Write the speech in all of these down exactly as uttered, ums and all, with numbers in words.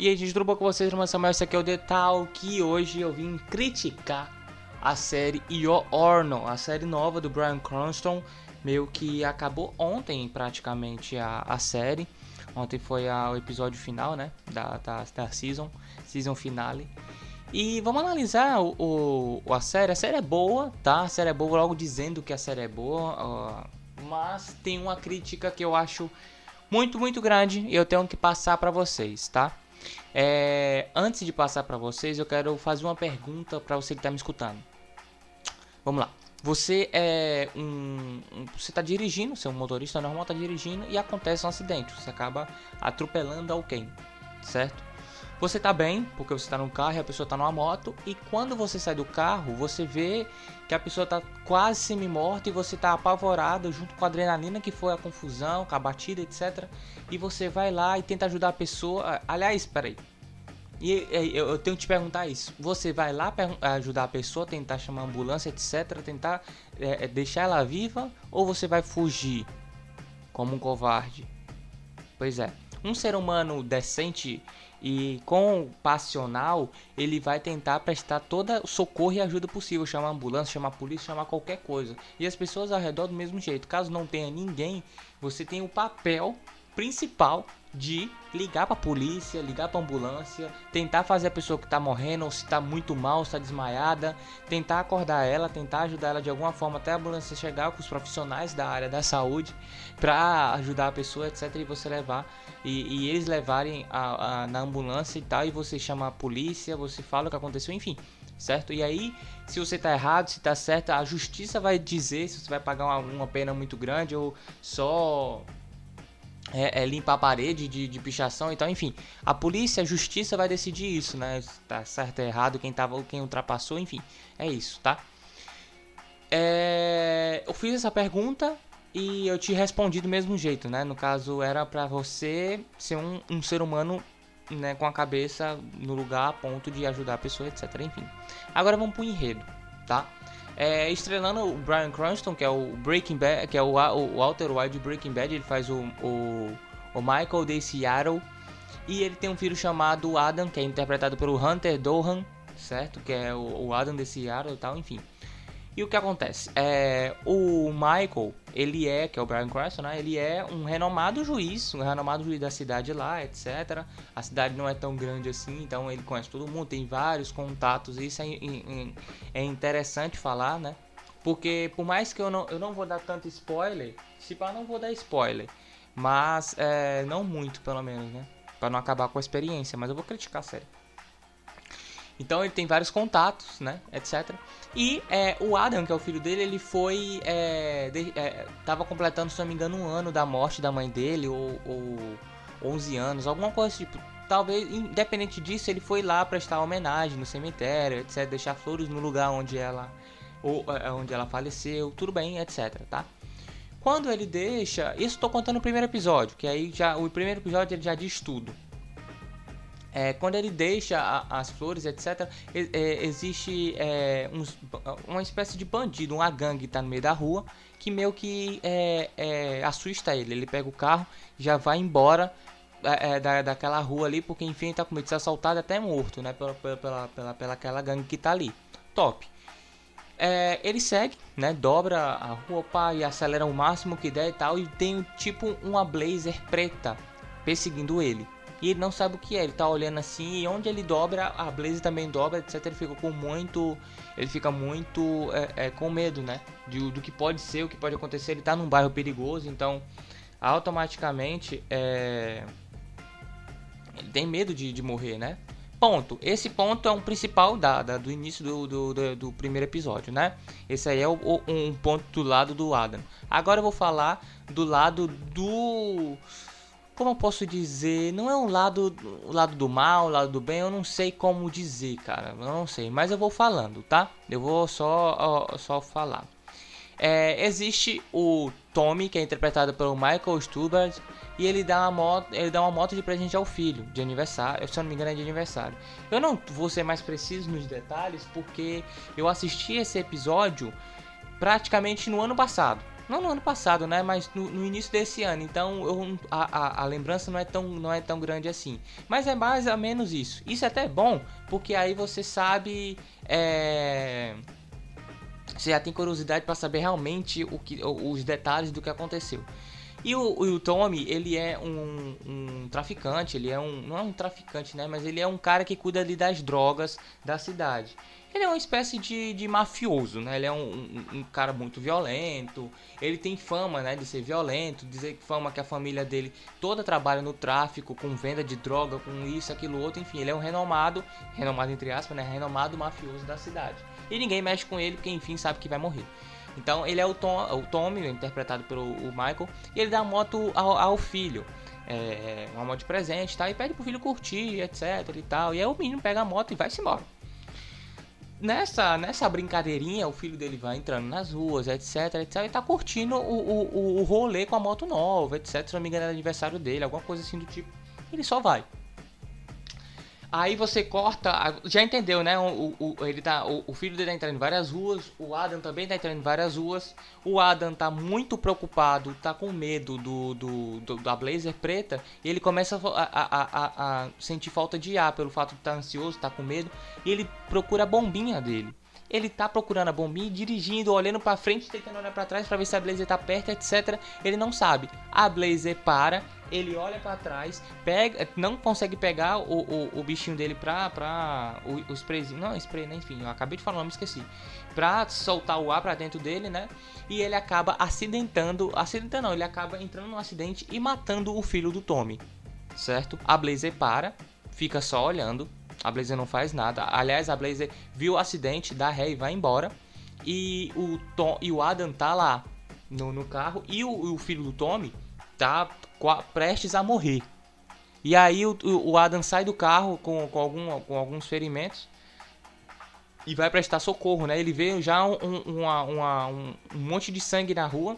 E aí, gente, tudo bom com vocês? Irmão Samuel, esse aqui é o The Talk, e hoje eu vim criticar a série Your Honor, a série nova do Bryan Cranston, meio que acabou ontem praticamente a, a série. Ontem foi a, o episódio final, né, da, da, da season, season finale. E vamos analisar o, o, a série. A série é boa, tá? A série é boa, logo dizendo que a série é boa, uh, mas tem uma crítica que eu acho muito, muito grande e eu tenho que passar pra vocês, tá? É, antes de passar para vocês, eu quero fazer uma pergunta para você que está me escutando. Vamos lá. Você é um, um você está dirigindo, você é um motorista normal, está dirigindo e acontece um acidente. Você acaba atropelando alguém, certo? Você está bem porque você está no carro e a pessoa está numa moto. E quando você sai do carro, você vê que a pessoa está quase semi-morta e você está apavorado junto com a adrenalina que foi a confusão, com a batida, etcétera. E você vai lá e tenta ajudar a pessoa. Aliás, peraí. E eu tenho que te perguntar isso. Você vai lá ajudar a pessoa, tentar chamar a ambulância, etcétera. Tentar é, deixar ela viva, ou você vai fugir como um covarde? Pois é. Um ser humano decente e com passional, ele vai tentar prestar todo o socorro e ajuda possível, chamar a ambulância, chamar a polícia, chamar qualquer coisa. E as pessoas ao redor do mesmo jeito. Caso não tenha ninguém, você tem o papel principal de ligar para a polícia, ligar para a ambulância, tentar fazer a pessoa que está morrendo, ou se está muito mal, se está desmaiada, tentar acordar ela, tentar ajudar ela de alguma forma até a ambulância chegar com os profissionais da área da saúde para ajudar a pessoa, etcétera. E você levar, e, e eles levarem a, a, na ambulância e tal, e você chama a polícia, você fala o que aconteceu, enfim, certo? E aí, se você tá errado, se tá certo, a justiça vai dizer se você vai pagar uma, uma pena muito grande ou só É, é limpar a parede de, de pichação e tal, enfim. A polícia, a justiça vai decidir isso, né? Tá certo ou errado, quem tava, quem ultrapassou, enfim. É isso, tá? É, eu fiz essa pergunta e eu te respondi do mesmo jeito, né? No caso, era pra você ser um, um ser humano, né, com a cabeça no lugar a ponto de ajudar a pessoa, etcétera. Enfim. Agora vamos pro enredo, tá? É, estrelando o Bryan Cranston, que é o Breaking Bad, que é o, o Walter White de Breaking Bad. Ele faz o, o, o Michael de Seattle. E ele tem um filho chamado Adam, que é interpretado pelo Hunter Dohan, certo? Que é o, o Adam de Seattle e tal, enfim. E o que acontece? É, o Michael, ele é, que é o Bryan Cranston, né? Ele é um renomado juiz, um renomado juiz da cidade lá, etcétera. A cidade não é tão grande assim, então ele conhece todo mundo, tem vários contatos. Isso é, é interessante falar, né? Porque por mais que eu não, eu não vou dar tanto spoiler, se pá, não vou dar spoiler, mas é, não muito, pelo menos, né? Pra não acabar com a experiência, mas eu vou criticar a série. Então ele tem vários contatos, né, etcétera. E é, o Adam, que é o filho dele, ele foi... É, de, é, tava completando, se não me engano, um ano da morte da mãe dele, ou, ou onze anos, alguma coisa tipo. Talvez, independente disso, ele foi lá prestar homenagem no cemitério, etcétera. Deixar flores no lugar onde ela, ou, onde ela faleceu, tudo bem, etcétera, tá? Quando ele deixa... Isso tô contando o primeiro episódio, que aí já o primeiro episódio ele já diz tudo. É, quando ele deixa a, as flores, etcétera, é, existe é, uns, uma espécie de bandido, uma gangue que tá no meio da rua, que meio que é, é, assusta ele. Ele pega o carro, já vai embora é, da, daquela rua ali, porque enfim ele tá com medo de ser assaltado até morto, né, pela, pela, pela, pela aquela gangue que tá ali. Top. É, ele segue, né, dobra a rua, pá, e acelera o máximo que der e tal, e tem tipo uma Blazer preta perseguindo ele. E ele não sabe o que é, ele tá olhando assim, e onde ele dobra, a Blaze também dobra, etcétera. Ele fica com muito, ele fica muito é, é, com medo, né, de, do que pode ser, o que pode acontecer. Ele tá num bairro perigoso, então automaticamente é, ele tem medo de, de morrer, né. Ponto. Esse ponto é um principal da, da, do início do, do, do, do primeiro episódio, né. Esse aí é o, o, um ponto do lado do Adam. Agora eu vou falar do lado do... Como eu posso dizer, não é um lado, o lado do mal, o lado do bem, eu não sei como dizer, cara, eu não sei, mas eu vou falando, tá? Eu vou só, ó, só falar. É, existe o Tommy, que é interpretado pelo Michael Stuhlbarg, e ele dá, uma moto, ele dá uma moto de presente ao filho, de aniversário, se eu não me engano é de aniversário. Eu não vou ser mais preciso nos detalhes, porque eu assisti esse episódio praticamente no ano passado. Não no ano passado, né? Mas no, no início desse ano. Então eu, a, a, a lembrança não é, tão, não é tão grande assim. Mas é mais ou menos isso. Isso é até bom, porque aí você sabe. É... Você já tem curiosidade para saber realmente o que, os detalhes do que aconteceu. E o, o Tommy, ele é um, um traficante, ele é um... Não é um traficante, né? Mas ele é um cara que cuida ali das drogas da cidade. Ele é uma espécie de, de mafioso, né? Ele é um, um, um cara muito violento. Ele tem fama, né, de ser violento. Dizer fama que a família dele toda trabalha no tráfico, com venda de droga, com isso, aquilo, outro. Enfim, ele é um renomado, renomado entre aspas, né? Renomado mafioso da cidade. E ninguém mexe com ele porque, enfim, sabe que vai morrer. Então ele é o, Tom, o Tommy, interpretado pelo o Michael, e ele dá a moto ao, ao filho, é, uma moto de presente, tá? E pede pro filho curtir, etc e tal. E aí o menino pega a moto e vai-se embora. Nessa, nessa brincadeirinha, o filho dele vai entrando nas ruas, etc, etc, e tá curtindo o, o, o rolê com a moto nova, etc. Se não me engano, era aniversário dele, alguma coisa assim do tipo. Ele só vai. Aí você corta, já entendeu, né? O, o, ele tá, o, o filho dele tá entrando em várias ruas, o Adam também tá entrando em várias ruas. O Adam tá muito preocupado, tá com medo do, do, do da Blazer preta. E ele começa a, a, a, a sentir falta de ar pelo fato de estar ansioso, tá com medo. E ele procura a bombinha dele. Ele tá procurando a bombinha, dirigindo, olhando pra frente, tentando olhar pra trás pra ver se a Blazer tá perto, etc. Ele não sabe. A Blazer para, ele olha pra trás, pega, não consegue pegar o, o, o bichinho dele pra, pra o, o sprayzinho, não, spray, né? Enfim, eu acabei de falar o nome, esqueci. Pra soltar o ar pra dentro dele, né? E ele acaba acidentando, acidentando não, ele acaba entrando num acidente e matando o filho do Tommy, certo? A Blazer para, fica só olhando. A Blazer não faz nada. Aliás, a Blazer viu o acidente, dá ré e vai embora. E o, Tom, e o Adam tá lá no, no carro. E o, o filho do Tommy tá prestes a morrer. E aí o, o Adam sai do carro com, com, algum, com alguns ferimentos e vai prestar socorro, né? Ele vê já um, uma, uma, um, um monte de sangue na rua.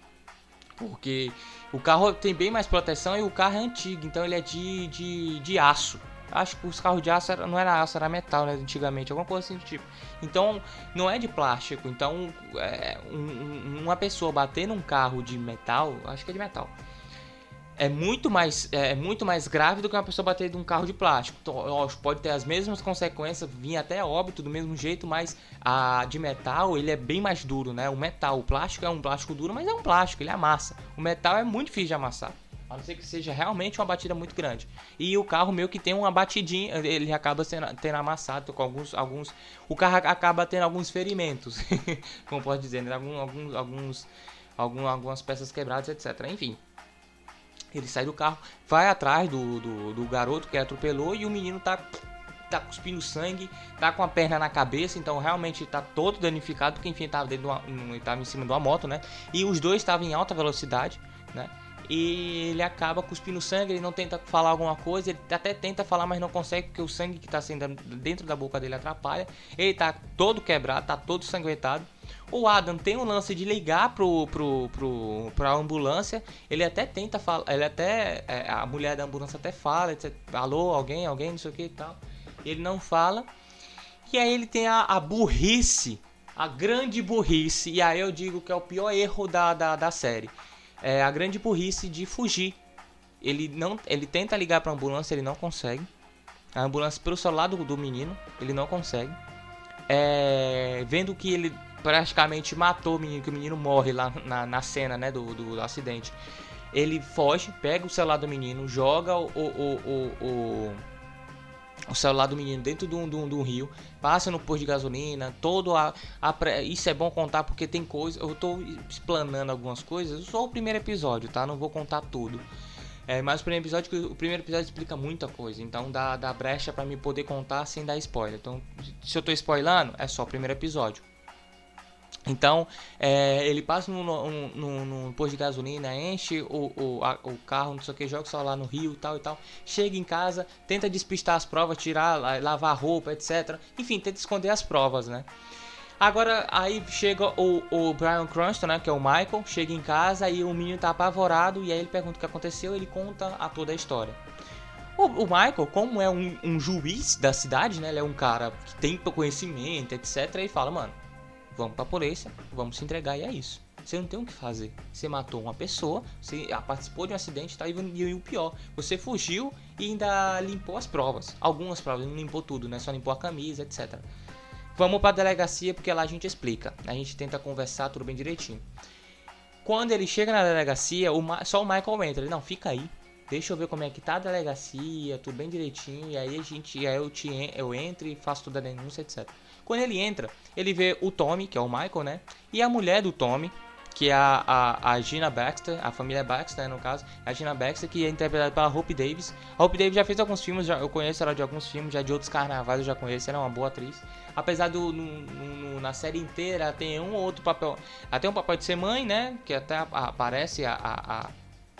Porque o carro tem bem mais proteção e o carro é antigo. Então ele é de, de, de aço. Acho que os carros de aço era, não era aço, era metal, né, antigamente, alguma coisa assim do tipo. Então, não é de plástico. Então, é, um, uma pessoa bater num carro de metal, acho que é de metal, é muito mais, é, muito mais grave do que uma pessoa bater num carro de plástico. Então, lógico, pode ter as mesmas consequências, vir até óbito do mesmo jeito, mas a de metal, ele é bem mais duro, né? O metal, o plástico é um plástico duro, mas é um plástico, ele amassa. O metal é muito difícil de amassar. A não ser que seja realmente uma batida muito grande. E o carro meio que tem uma batidinha, ele acaba sendo, tendo amassado com alguns, alguns... O carro acaba tendo alguns ferimentos, como pode dizer, né? Alguns, alguns, alguns, algum, algumas peças quebradas, etcétera. Enfim, ele sai do carro, vai atrás do, do, do garoto que atropelou e o menino tá, tá cuspindo sangue, tá com a perna na cabeça, então realmente tá todo danificado, porque enfim, tava, dentro de uma, ele tava em cima de uma moto, né? E os dois estavam em alta velocidade, né? E ele acaba cuspindo sangue, ele não tenta falar alguma coisa, ele até tenta falar, mas não consegue, porque o sangue que está saindo dentro da boca dele atrapalha. Ele tá todo quebrado, tá todo sanguentado. O Adam tem um lance de ligar pro, pro, pro, pra ambulância, ele até tenta falar, ele até, é, a mulher da ambulância até fala, etcétera. Alô, alguém, alguém, não sei o que e tal. Ele não fala, e aí ele tem a, a burrice, a grande burrice, e aí eu digo que é o pior erro da, da, da série. É a grande burrice de fugir. Ele não, ele tenta ligar para a ambulância, ele não consegue. A ambulância pelo celular do, do menino, ele não consegue. É, vendo que ele praticamente matou o menino, que o menino morre lá na, na cena, né, do, do, do acidente. Ele foge, pega o celular do menino, joga o, o, o, o, o celular do menino dentro de um, de um, de um rio, passa no posto de gasolina, todo a, a, isso é bom contar porque tem coisa, eu tô explanando algumas coisas, só o primeiro episódio, tá? Não vou contar tudo. É, mas o primeiro episódio, o primeiro episódio explica muita coisa, então dá, dá brecha pra me poder contar sem dar spoiler. Então, se eu tô spoilando, é só o primeiro episódio. Então, é, ele passa no, no, no, no posto de gasolina, enche o, o, a, o carro, não sei o que, joga o celular no rio e tal e tal. Chega em casa, tenta despistar as provas, tirar, lavar a roupa, etcétera. Enfim, tenta esconder as provas, né? Agora, aí chega o, o Bryan Cranston, né, que é o Michael, chega em casa e o menino tá apavorado, e aí ele pergunta o que aconteceu, ele conta a toda a história. O, o Michael, como é um, um juiz da cidade, né, ele é um cara que tem conhecimento, etcétera, e fala, mano, vamos pra polícia, vamos se entregar e é isso. Você não tem o que fazer. Você matou uma pessoa, você participou de um acidente, tá? E, e o pior, você fugiu e ainda limpou as provas. Algumas provas, não limpou tudo, né? Só limpou a camisa, etcétera. Vamos pra delegacia, porque lá a gente explica. A gente tenta conversar tudo bem direitinho. Quando ele chega na delegacia, o Ma- só o Michael entra. Ele, não, fica aí. Deixa eu ver como é que tá a delegacia, tudo bem direitinho. E aí a gente, aí eu, te, eu entro e faço toda a denúncia, etcétera. Quando ele entra, ele vê o Tommy, que é o Michael, né? E a mulher do Tommy, que é a, a, a Gina Baxter, a família Baxter, né, no caso. A Gina Baxter, que é interpretada pela Hope Davis. A Hope Davis já fez alguns filmes, já, eu conheço ela de alguns filmes, já de outros carnavais eu já conheço, ela é uma boa atriz. Apesar do, no, no, na série inteira, ela tem um ou outro papel. Ela tem um papel de ser mãe, né, que até aparece a... a, a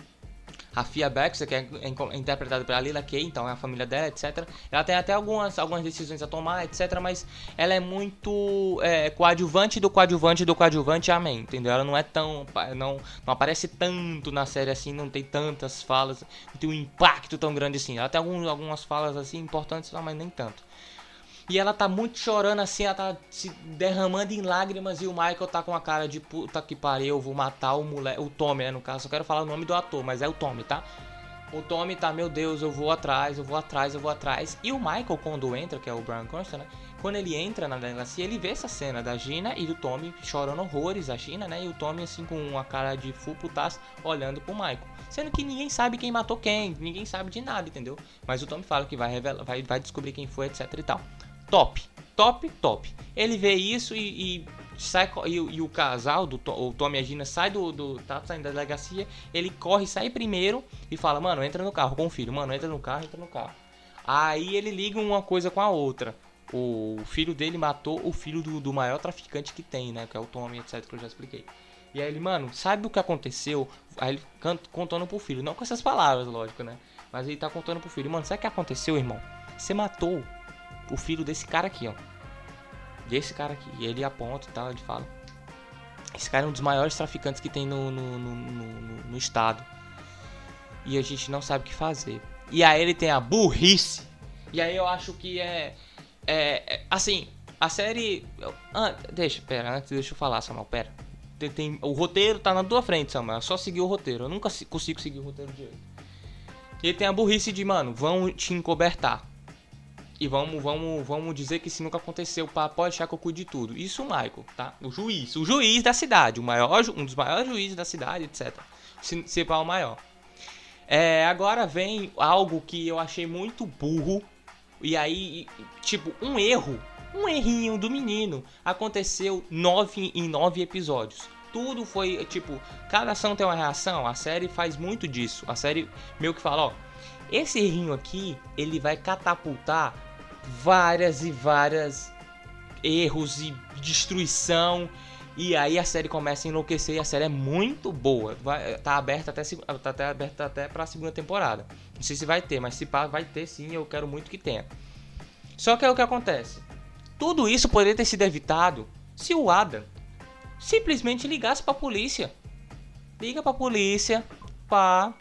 A Fia Baxter, que é interpretada pela Lila Kay, então é a família dela, etcétera. Ela tem até algumas, algumas decisões a tomar, etcétera. Mas ela é muito é, coadjuvante do coadjuvante do coadjuvante, amém, entendeu? Ela não é tão... Não, não aparece tanto na série assim, não tem tantas falas, não tem um impacto tão grande assim. Ela tem alguns, algumas falas assim importantes, mas nem tanto. E ela tá muito chorando assim, ela tá se derramando em lágrimas e o Michael tá com a cara de puta que pariu, eu vou matar o moleque, o Tommy, né, no caso, eu quero falar o nome do ator, mas é o Tommy, tá? O Tommy tá, meu Deus, eu vou atrás, eu vou atrás, eu vou atrás. E o Michael, quando entra, que é o Bryan Cranston, né, quando ele entra na delegacia, ele vê essa cena da Gina e do Tommy chorando horrores, a Gina, né, e o Tommy assim com uma cara de full putaço olhando pro Michael. Sendo que ninguém sabe quem matou quem, ninguém sabe de nada, entendeu? Mas o Tommy fala que vai, revelar, vai, vai descobrir quem foi, etc e tal. Top, top, top. Ele vê isso e, e sai e, e o casal, do, o Tommy e a Gina, sai do, do. Tá saindo da delegacia. Ele corre, sai primeiro e fala: mano, entra no carro com o filho. Mano, entra no carro, entra no carro. Aí ele liga uma coisa com a outra. O filho dele matou o filho do, do maior traficante que tem, né? Que é o Tommy, etc. Que eu já expliquei. E aí ele, mano, sabe o que aconteceu? Aí ele canta, contando pro filho. Não com essas palavras, lógico, né? Mas ele tá contando pro filho: mano, sabe o que aconteceu, irmão? Você matou o filho desse cara aqui, ó. Desse cara aqui. E ele aponta e tal, ele fala: esse cara é um dos maiores traficantes que tem no, no, no, no, no estado. E a gente não sabe o que fazer. E aí ele tem a burrice. E aí eu acho que é... É... é assim, a série... Ah, deixa, pera, antes deixa eu falar, Samuel, pera. Tem, tem, o roteiro tá na tua frente, Samuel. É só seguir o roteiro. Eu nunca consigo seguir o roteiro direito. E ele tem a burrice de, mano, vão te encobertar. E vamos, vamos, vamos dizer que isso nunca aconteceu, pá, pode achar que eu cuido de tudo. Isso o Michael, tá? O juiz, o juiz da cidade, o maior, um dos maiores juízes da cidade, etcétera. Se, se pá, o maior. É, agora vem algo que eu achei muito burro. E aí, tipo, um erro, um errinho do menino aconteceu nove em nove episódios. Tudo foi, tipo, cada ação tem uma reação. A série faz muito disso. A série meio que fala, ó, esse errinho aqui, ele vai catapultar várias e várias erros e destruição. E aí a série começa a enlouquecer. E a série é muito boa. Vai, tá aberta até, tá até, aberta até pra segunda temporada. Não sei se vai ter, mas se pá, vai ter sim. Eu quero muito que tenha. Só que é o que acontece. Tudo isso poderia ter sido evitado se o Adam simplesmente ligasse pra polícia. Liga pra polícia. Pá.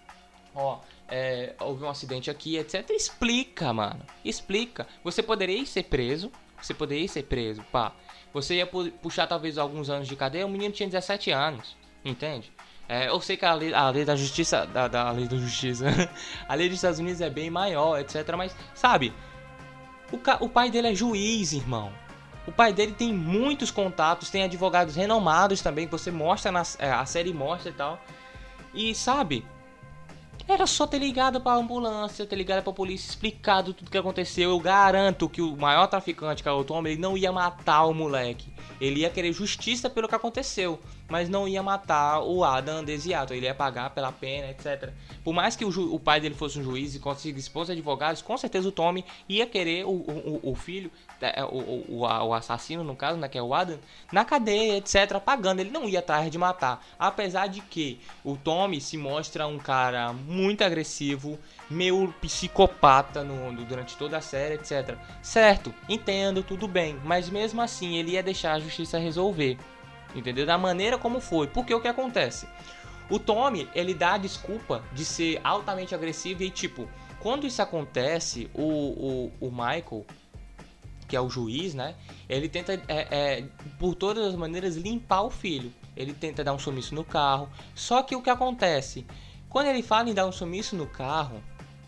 Ó. É, houve um acidente aqui, etcétera. Explica, mano. Explica. Você poderia ser preso. Você poderia ser preso, pá. Você ia puxar talvez alguns anos de cadeia. O menino tinha dezessete anos. Entende? É, eu sei que a lei, a lei da justiça. Da, da lei da justiça. A lei dos Estados Unidos é bem maior, etcétera. Mas, sabe? O, ca, o pai dele é juiz, irmão. O pai dele tem muitos contatos. Tem advogados renomados também. Que você mostra na é, a série mostra e tal. E, sabe? Era só ter ligado pra ambulância, ter ligado pra polícia, explicado tudo que aconteceu. Eu garanto que o maior traficante, que é o Tom, ele não ia matar o moleque. Ele ia querer justiça pelo que aconteceu, mas não ia matar o Adam Desiato. Ele ia pagar pela pena, etcétera. Por mais que o, ju- o pai dele fosse um juiz e conseguisse bons advogados, com certeza o Tommy ia querer o, o, o filho, o, o, o assassino no caso, né, que é o Adam, na cadeia, etcétera, pagando. Ele não ia atrás de matar. Apesar de que o Tommy se mostra um cara muito agressivo, meio psicopata no, no, durante toda a série, etcétera. Certo, entendo, tudo bem, mas mesmo assim ele ia deixar a justiça resolver, entendeu? Da maneira como foi, porque o que acontece? O Tommy, ele dá a desculpa de ser altamente agressivo e tipo, quando isso acontece, o, o, o Michael, que é o juiz, né? Ele tenta, é, é, por todas as maneiras, limpar o filho. ele tenta dar um sumiço no carro. Só que o que acontece? Quando ele fala em dar um sumiço no carro,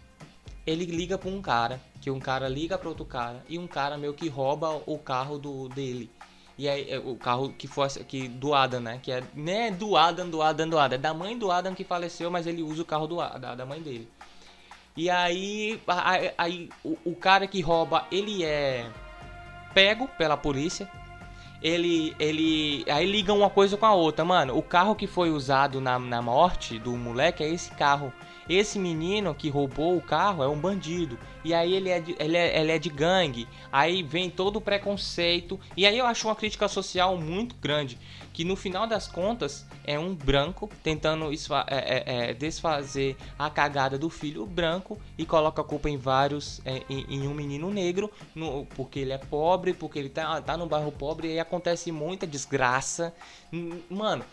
ele liga pra um cara, que um cara liga pra outro cara, e um cara meio que rouba o carro do, dele. E aí, o carro que foi que, do Adam, né? Que é, não é do Adam, do Adam, do Adam. É da mãe do Adam que faleceu, mas ele usa o carro do, da, da mãe dele. E aí, aí, aí o, o cara que rouba, ele é pego pela polícia. Ele, ele, aí liga uma coisa com a outra, mano. O carro que foi usado na, na morte do moleque é esse carro. Esse menino que roubou o carro é um bandido. E aí ele é de, ele é, ele é de gangue. Aí vem todo o preconceito. E aí eu acho uma crítica social muito grande. Que no final das contas é um branco tentando esfa- é, é, é, desfazer a cagada do filho branco. E coloca a culpa em vários, é, em, em um menino negro. No, porque ele é pobre, porque ele tá, tá no bairro pobre. E aí acontece muita desgraça. Mano...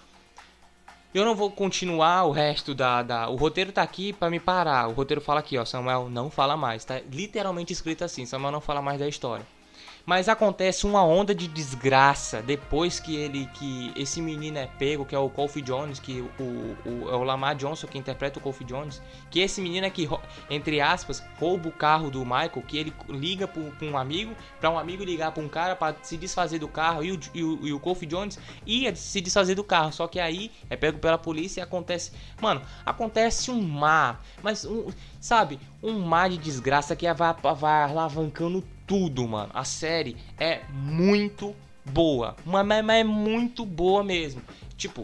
Eu não vou continuar o resto da, da... O roteiro tá aqui pra me parar. O roteiro fala aqui, ó. Samuel não fala mais. Tá literalmente escrito assim. Samuel não fala mais da história. Mas acontece uma onda de desgraça depois que ele, que esse menino é pego, que é o Kofi Jones, que o, o, é o Lamar Johnson que interpreta o Kofi Jones, que esse menino é que, entre aspas, rouba o carro do Michael, que ele liga para um amigo, para um amigo ligar para um cara para se desfazer do carro, e o, e, o, e o Kofi Jones ia se desfazer do carro, só que aí é pego pela polícia e acontece, mano, acontece um mar, mas um, sabe, um mar de desgraça que vai, vai alavancando tudo, mano. A série é muito boa, mas, mas é muito boa mesmo. Tipo,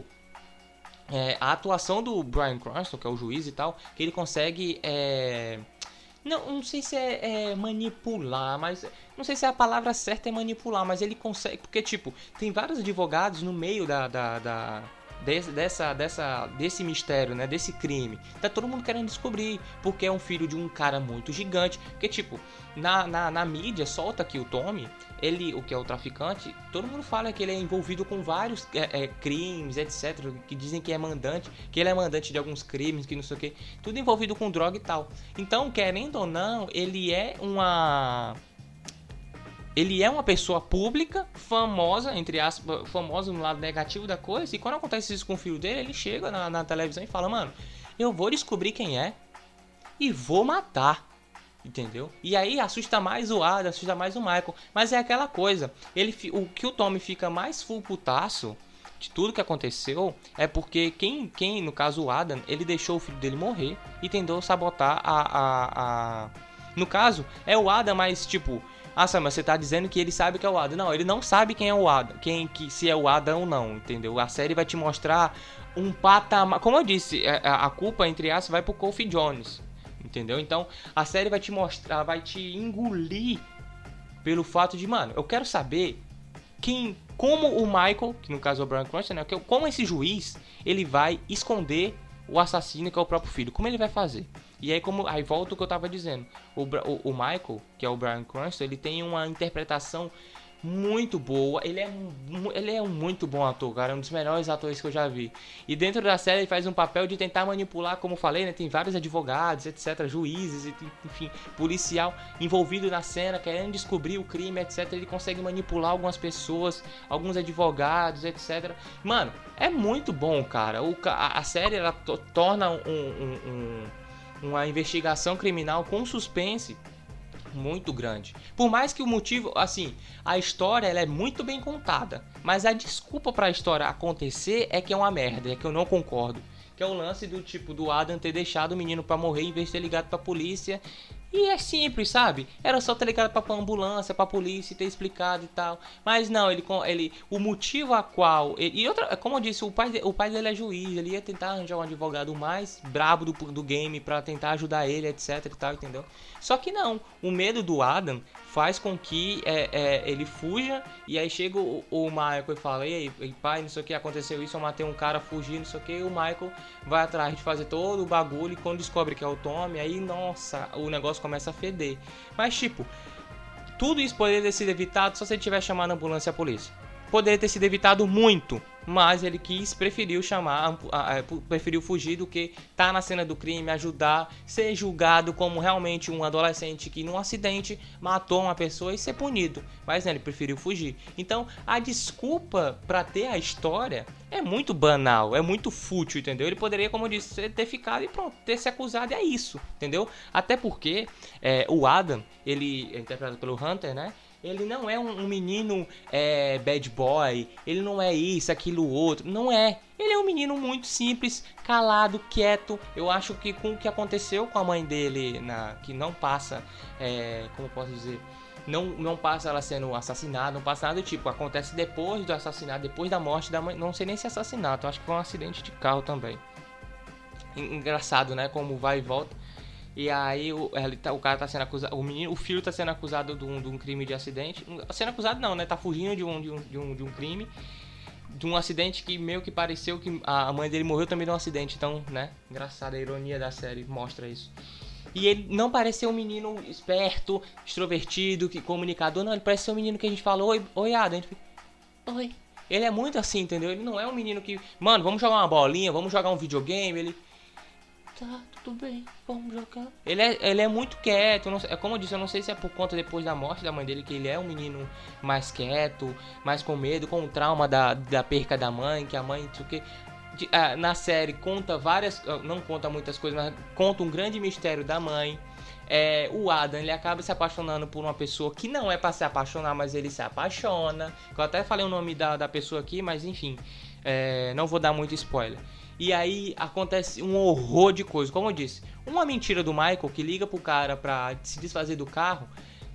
é, a atuação do Bryan Cranston, que é o juiz e tal, que ele consegue, é... não, não sei se é, é manipular, mas não sei se a palavra certa é manipular, mas ele consegue, porque tipo, tem vários advogados no meio da, da, da Desse, dessa, dessa, desse mistério, né? Desse crime. Tá todo mundo querendo descobrir. Porque é um filho de um cara muito gigante. Porque, tipo, na, na, na mídia solta que o Tommy, ele, o que é o traficante, todo mundo fala que ele é envolvido com vários é, é, crimes, etcétera. Que dizem que é mandante, que ele é mandante de alguns crimes, que não sei o que. Tudo envolvido com droga e tal. Então, querendo ou não, ele é uma... Ele é uma pessoa pública, famosa, entre aspas, famosa no lado negativo da coisa. E quando acontece isso com o filho dele, ele chega na, na televisão e fala, mano, eu vou descobrir quem é e vou matar. Entendeu? E aí assusta mais o Adam, assusta mais o Michael. Mas é aquela coisa, ele, o que o Tommy fica mais full putaço de tudo que aconteceu é porque quem, quem, no caso o Adam, ele deixou o filho dele morrer e tentou sabotar a... a, a... No caso, é o Adam, mas tipo... Ah, Sam, mas você tá dizendo que ele sabe que é o Adam. Não, ele não sabe quem é o Adam, quem, que, se é o Adam ou não, entendeu? A série vai te mostrar um patamar... Como eu disse, a, a culpa, entre aspas, vai pro Kofi Jones, entendeu? Então, a série vai te mostrar, vai te engolir pelo fato de, mano, eu quero saber quem... Como o Michael, que no caso é o Bryan Cranston, né? Como esse juiz, ele vai esconder o assassino, que é o próprio filho. Como ele vai fazer? E aí, como, aí volta o que eu tava dizendo. O, o, o Michael, que é o Bryan Cranston, ele tem uma interpretação muito boa. Ele é, ele é um muito bom ator, cara. É um dos melhores atores que eu já vi. E dentro da série ele faz um papel de tentar manipular, como eu falei, né? Tem vários advogados, etcétera. Juízes, enfim, policial envolvido na cena, querendo descobrir o crime, etcétera. Ele consegue manipular algumas pessoas, alguns advogados, etcétera. Mano, é muito bom, cara. O, a, a série, ela to, torna um... um, um uma investigação criminal com suspense muito grande. Por mais que o motivo, assim, a história ela é muito bem contada, mas a desculpa para a história acontecer é que é uma merda, é que eu não concordo. Que é o lance do tipo do Adam ter deixado o menino para morrer em vez de ter ligado para a polícia. E é simples, sabe? Era só ter ligado pra ambulância, pra polícia e ter explicado e tal. Mas não, ele, ele o motivo a qual... Ele, e outra, como eu disse, o pai, o pai dele é juiz. Ele ia tentar arranjar um advogado mais brabo do, do game pra tentar ajudar ele, etc e tal, entendeu? Só que não, o medo do Adam faz com que é, é, ele fuja. E aí chega o, o Michael e fala, ei, pai, não sei o que, aconteceu isso, eu matei um cara, fugi, não sei o que. E o Michael vai atrás de fazer todo o bagulho. E quando descobre que é o Tommy, aí, nossa, o negócio começa a feder. Mas tipo, tudo isso poderia ter sido evitado só se ele tivesse chamado a ambulância e a polícia. Poderia ter sido evitado muito. mas ele quis, preferiu chamar, preferiu fugir do que estar na cena do crime, ajudar, ser julgado como realmente um adolescente que num acidente matou uma pessoa e ser punido, mas né, ele preferiu fugir. Então a desculpa para ter a história é muito banal, é muito fútil, entendeu? Ele poderia, como eu disse, ter ficado e pronto, ter se acusado, e é isso, entendeu? Até porque é, o Adam, ele é interpretado pelo Hunter, né? Ele não é um, um menino é, bad boy, ele não é isso, aquilo, outro, não é. Ele é um menino muito simples, calado, quieto. Eu acho que com o que aconteceu com a mãe dele, na, que não passa, é, como eu posso dizer, não, não passa ela sendo assassinada, não passa nada do tipo. Acontece depois do assassinato, depois da morte da mãe, não sei nem se é assassinato, acho que foi um acidente de carro também. Engraçado, né, como vai e volta. E aí o, ele tá, o cara tá sendo acusado, o menino, o filho tá sendo acusado de um, de um crime de acidente. Sendo acusado não, né? Tá fugindo de um, de, um, de, um, de um crime. De um acidente que meio que pareceu que a mãe dele morreu também de um acidente. Então, né? Engraçada, a ironia da série mostra isso. E ele não parece ser um menino esperto, extrovertido, que, comunicador. Não, ele parece ser um menino que a gente fala, oi, oi, Adam. Oi. Ele é muito assim, entendeu? Ele não é um menino que, mano, vamos jogar uma bolinha, vamos jogar um videogame. Ele... Tá, tudo bem, vamos jogar. Ele é, ele é muito quieto, não sei, é como eu disse, eu não sei se é por conta depois da morte da mãe dele que ele é um menino mais quieto, mais com medo, com o trauma da, da perca da mãe, que a mãe, não sei o que. De, ah, na série conta várias, não conta muitas coisas, mas conta um grande mistério da mãe. É, o Adam, ele acaba se apaixonando por uma pessoa que não é pra se apaixonar, mas ele se apaixona. Eu até falei o nome da, da pessoa aqui, mas enfim, é, não vou dar muito spoiler. E aí acontece um horror de coisa. Como eu disse, uma mentira do Michael que liga pro cara pra se desfazer do carro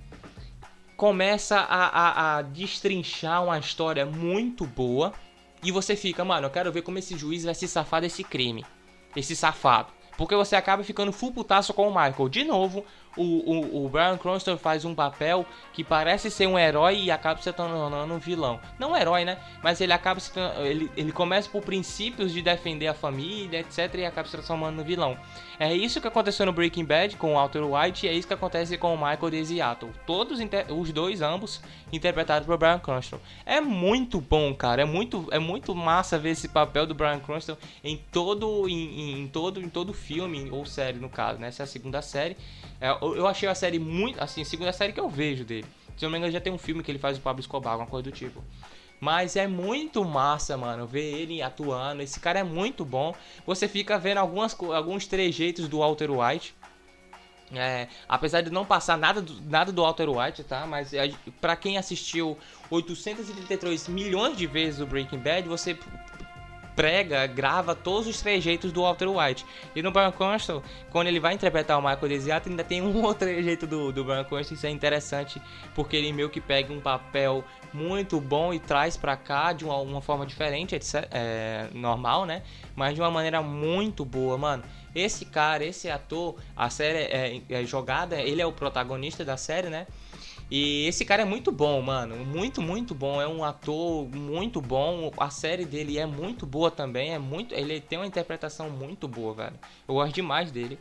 começa a, a, a destrinchar uma história muito boa. E você fica, mano, eu quero ver como esse juiz vai se safar desse crime. Esse safado. Porque você acaba ficando full putaço com o Michael. De novo, o, o, o Bryan Cranston faz um papel que parece ser um herói e acaba se tornando um vilão. Não um herói, né? Mas ele acaba se ele, ele começa por princípios de defender a família, etcétera. E acaba se transformando no vilão. É isso que aconteceu no Breaking Bad com o Walter White. E é isso que acontece com o Michael de Seattle. Todos, os dois, ambos, interpretados por Bryan Cranston. É muito bom, cara. É muito, é muito massa ver esse papel do Bryan Cranston em todo, em, em todo, em todo filme, ou série no caso, né? Essa é a segunda série. Eu achei a série muito, assim, a segunda série que eu vejo dele. Se eu não me engano, já tem um filme que ele faz o Pablo Escobar, alguma coisa do tipo. Mas é muito massa, mano, ver ele atuando. Esse cara é muito bom. Você fica vendo algumas, alguns trejeitos do Walter White. É, apesar de não passar nada do, nada do Walter White, tá? Mas é, pra quem assistiu oitocentos e trinta e três milhões de vezes o Breaking Bad, você... prega, grava todos os trejeitos do Walter White. E no Bryan Cranston, quando ele vai interpretar o Michael de Seattle, ainda tem um outro trejeito do, do Bryan Cranston. Isso é interessante, porque ele meio que pega um papel muito bom e traz pra cá de uma, uma forma diferente, etc, é, normal, né? Mas de uma maneira muito boa, mano. Esse cara, esse ator, a série é, é jogada, ele é o protagonista da série, né? E esse cara é muito bom, mano. Muito, muito bom. É um ator muito bom. A série dele é muito boa também. É muito, ele tem uma interpretação muito boa, velho. Eu gosto demais dele.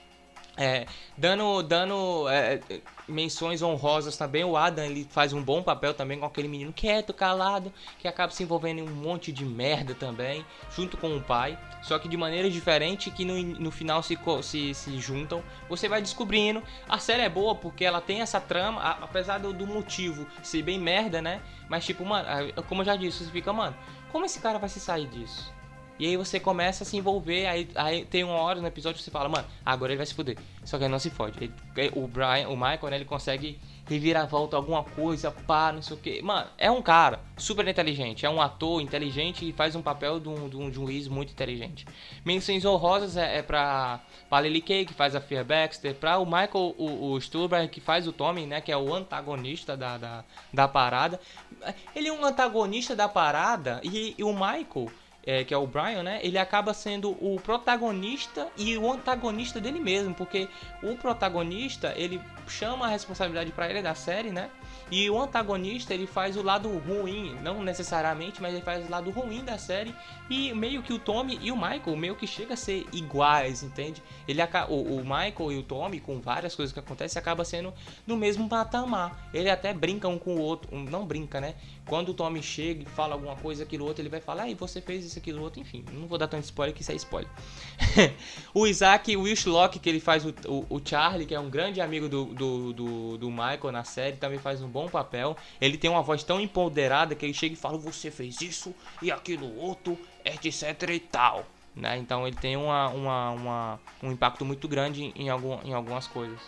É, dando dando é, menções honrosas também, o Adam, ele faz um bom papel também com aquele menino quieto, calado, que acaba se envolvendo em um monte de merda também, junto com o pai, só que de maneira diferente, que no, no final se, se, se juntam. Você vai descobrindo. A série é boa porque ela tem essa trama, a, apesar do, do motivo ser bem merda, né? Mas tipo, mano, como eu já disse, você fica, mano, como esse cara vai se sair disso? E aí você começa a se envolver, aí, aí tem uma hora no episódio que você fala, mano, agora ele vai se fuder. Só que ele não se fode. Ele, o Brian, o Michael, né, ele consegue revirar a volta alguma coisa, pá, não sei o que. Mano, é um cara super inteligente, é um ator inteligente e faz um papel de um, de um juiz muito inteligente. Menções honrosas é, é pra, pra Lily Kay, que faz a Fear Baxter, pra o Michael, o, o Stuhlbarg, que faz o Tommy, né, que é o antagonista da, da, da parada. Ele é um antagonista da parada e, e o Michael... É, que é o Brian, né? Ele acaba sendo o protagonista e o antagonista dele mesmo, porque o protagonista, ele chama a responsabilidade pra ele da série, né? E o antagonista, ele faz o lado ruim, não necessariamente, mas ele faz o lado ruim da série. E meio que o Tommy e o Michael meio que chega a ser iguais, entende? Ele, o, o Michael e o Tommy, com várias coisas que acontecem, acaba sendo no mesmo patamar. Ele até brinca um com o outro, não brinca, né? quando o Tommy chega e fala alguma coisa, aquilo outro, ele vai falar, ah, e você fez isso, aquilo outro, enfim. Não vou dar tanto spoiler que isso é spoiler. O Isaac Wishlock, que ele faz o, o, o Charlie, que é um grande amigo do, do, do, do Michael na série, também faz um bom papel. Ele tem uma voz tão empoderada que ele chega e fala, você fez isso e aquilo outro, etc e tal. Né? Então ele tem uma, uma, uma, um impacto muito grande em, algum, em algumas coisas.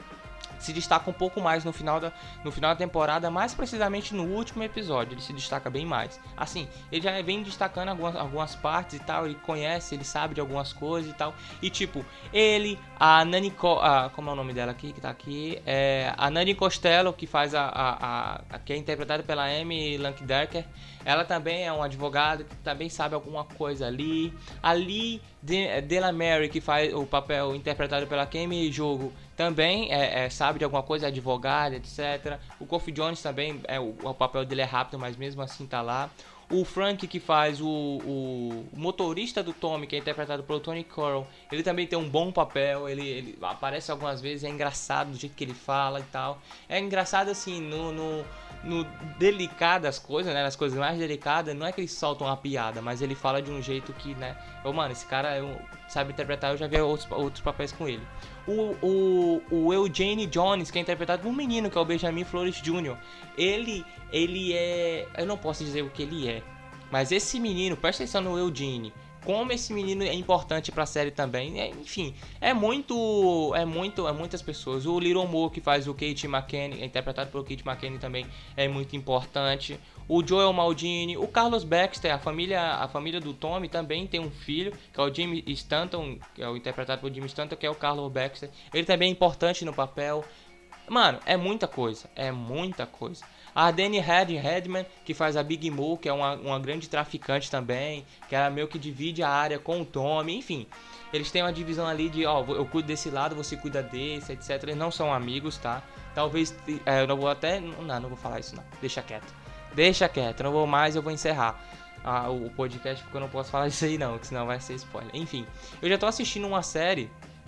Se destaca um pouco mais no final, da, no final da temporada, mais precisamente no último episódio, ele se destaca bem mais. Assim, ele já vem destacando algumas, algumas partes e tal, ele conhece, ele sabe de algumas coisas e tal. E tipo, ele, a Nani, a, como é o nome dela aqui, que tá aqui, é, a Nani Costello, que faz a, a, a, a que é interpretada pela Amy Lankdecker, ela também é uma advogada que também sabe alguma coisa ali. A Lee Delamere, que faz o papel interpretado pela Kemi Jogo, também é, é, sabe de alguma coisa, é advogada, etcétera. O Kofi Jones também, é, o, o papel dele é rápido, mas mesmo assim tá lá. O Frank, que faz o, o, o motorista do Tommy, que é interpretado pelo Tony Curran, ele também tem um bom papel, ele, ele aparece algumas vezes, é engraçado do jeito que ele fala e tal. É engraçado assim, no, no, no delicado das coisas, né, nas coisas mais delicadas, não é que ele solta uma piada, mas ele fala de um jeito que, né, eu, mano, esse cara eu, sabe interpretar, eu já vi outros, outros papéis com ele. O, o, o Eugene Jones, que é interpretado por um menino, que é o Benjamin Flores Júnior, ele, ele é... eu não posso dizer o que ele é, mas esse menino, presta atenção no Eugene, como esse menino é importante pra série também, é, enfim, é muito, é muito, é muitas pessoas. O Little Mo, que faz o Kate McKinney, é interpretado pelo Kate McKinney também, é muito importante. O Joel Maldini, o Carlos Baxter, a família, a família do Tommy também tem um filho, que é o Jimmy Stanton, que é o interpretado por Jimmy Stanton, que é o Carlos Baxter. Ele também é importante no papel. Mano, é muita coisa, é muita coisa. A Dani Redman, que faz a Big Moo, que é uma, uma grande traficante também, que ela meio que divide a área com o Tommy, enfim. Eles têm uma divisão ali de, ó, eu cuido desse lado, você cuida desse, etcétera. Eles não são amigos, tá? Talvez, é, eu não vou até, não, não vou falar isso não, deixa quieto. Deixa quieto, não vou mais, eu vou encerrar ah, o podcast, porque eu não posso falar isso aí não, que senão vai ser spoiler. Enfim, eu já tô assistindo uma série,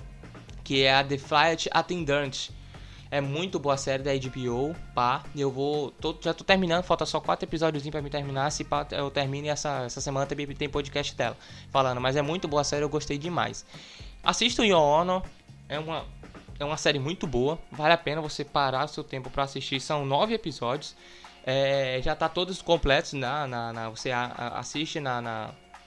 que é a The Flight Attendant. É muito boa a série da H B O, pá. Eu vou. Tô, já tô terminando, falta só quatro episódios pra me terminar. Se pá, eu termine essa, essa semana também tem podcast dela falando. Mas é muito boa a série, eu gostei demais. Assista o Your Honor. É uma, é uma série muito boa. Vale a pena você parar o seu tempo pra assistir. São nove episódios. É, já tá todos completos. Na, na, na, você a, a, assiste na na,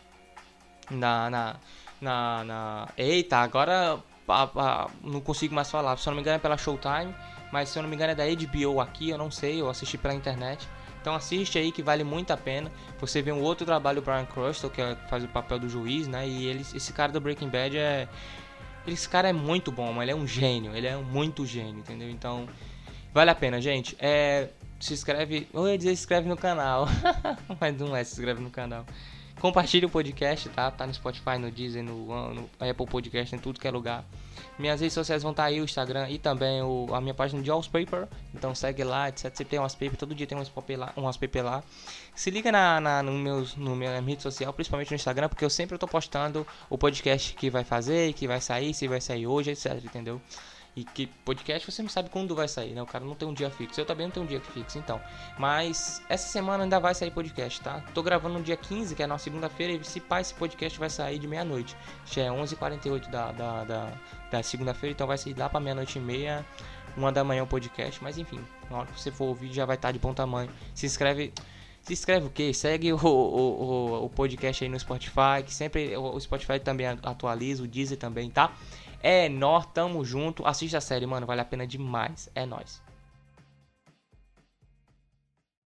na, na, na, na. Eita, agora. A, a, não consigo mais falar, se eu não me engano é pela Showtime, mas se eu não me engano é da H B O aqui, eu não sei, eu assisti pela internet. Então assiste aí que vale muito a pena. Você vê um outro trabalho do Bryan Cranston, que é, faz o papel do juiz, né? E ele, esse cara do Breaking Bad é... Esse cara é muito bom, ele é um gênio, ele é muito gênio, entendeu? Então, vale a pena, gente. É, se inscreve, eu ia dizer se inscreve no canal, mas não é se inscreve no canal. Compartilhe o podcast, tá? Tá no Spotify, no Deezer, no, no Apple Podcast, em tudo que é lugar. Minhas redes sociais vão estar aí, o Instagram e também o, a minha página de Wallpaper. Então segue lá, etcétera. Sempre tem umas paper, todo dia tem umas paper lá. Umas paper lá. Se liga na, na, no meus, no minha rede social, principalmente no Instagram, porque eu sempre tô postando o podcast que vai fazer, que vai sair, se vai sair hoje, etcétera. Entendeu? E que podcast você não sabe quando vai sair, né? O cara não tem um dia fixo. Eu também não tenho um dia fixo, então. Mas essa semana ainda vai sair podcast, tá? Tô gravando no dia quinze, que é na segunda-feira. E se pá, esse podcast vai sair de meia-noite. Já é onze e quarenta e oito da, da, da, da segunda-feira. Então vai sair lá pra meia-noite e meia, uma da manhã o podcast. Mas enfim, na hora que você for ouvir já vai estar de bom tamanho. Se inscreve... Se inscreve o quê? Segue o, o, o, o podcast aí no Spotify, que sempre o Spotify também atualiza, o Deezer também, tá? É nóis, tamo junto. Assiste a série, mano, vale a pena demais. É nóis.